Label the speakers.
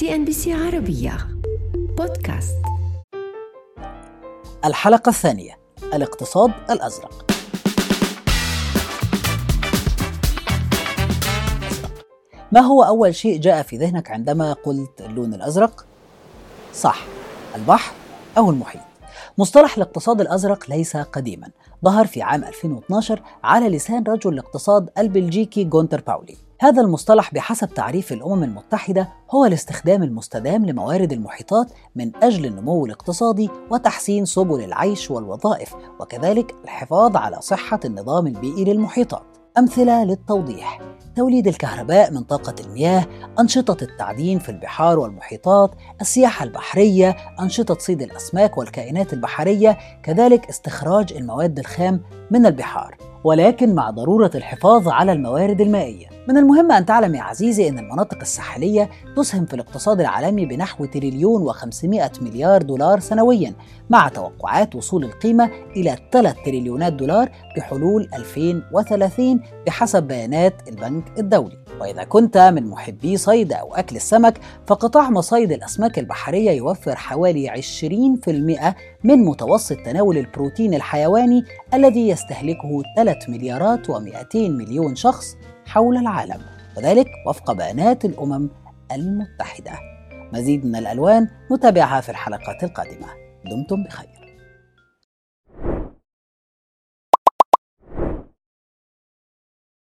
Speaker 1: CNBC عربية بودكاست.
Speaker 2: الحلقة الثانية: الاقتصاد الأزرق. ما هو أول شيء جاء في ذهنك عندما قلت اللون الأزرق؟ صح، البحر أو المحيط. مصطلح الاقتصاد الأزرق ليس قديما، ظهر في عام 2012 على لسان رجل الاقتصاد البلجيكي غونتر باولي. هذا المصطلح بحسب تعريف الأمم المتحدة هو الاستخدام المستدام لموارد المحيطات من أجل النمو الاقتصادي وتحسين سبل العيش والوظائف، وكذلك الحفاظ على صحة النظام البيئي للمحيطات. أمثلة للتوضيح: توليد الكهرباء من طاقة المياه، أنشطة التعدين في البحار والمحيطات، السياحة البحرية، أنشطة صيد الأسماك والكائنات البحرية، كذلك استخراج المواد الخام من البحار، ولكن مع ضرورة الحفاظ على الموارد المائية. من المهم أن تعلم يا عزيزي أن المناطق الساحلية تسهم في الاقتصاد العالمي بنحو 1,500,000,000,000 دولار سنويا، مع توقعات وصول القيمة إلى 3 تريليونات دولار بحلول 2030 بحسب بيانات البنك الدولي. وإذا كنت من محبي صيد أو أكل السمك، فقطاع مصايد الأسماك البحرية يوفر حوالي 20% من متوسط تناول البروتين الحيواني الذي يستهلكه 3,200,000,000 شخص حول العالم، وذلك وفق بيانات الأمم المتحدة. مزيد من الألوان نتابعها في الحلقات القادمة. دمتم بخير.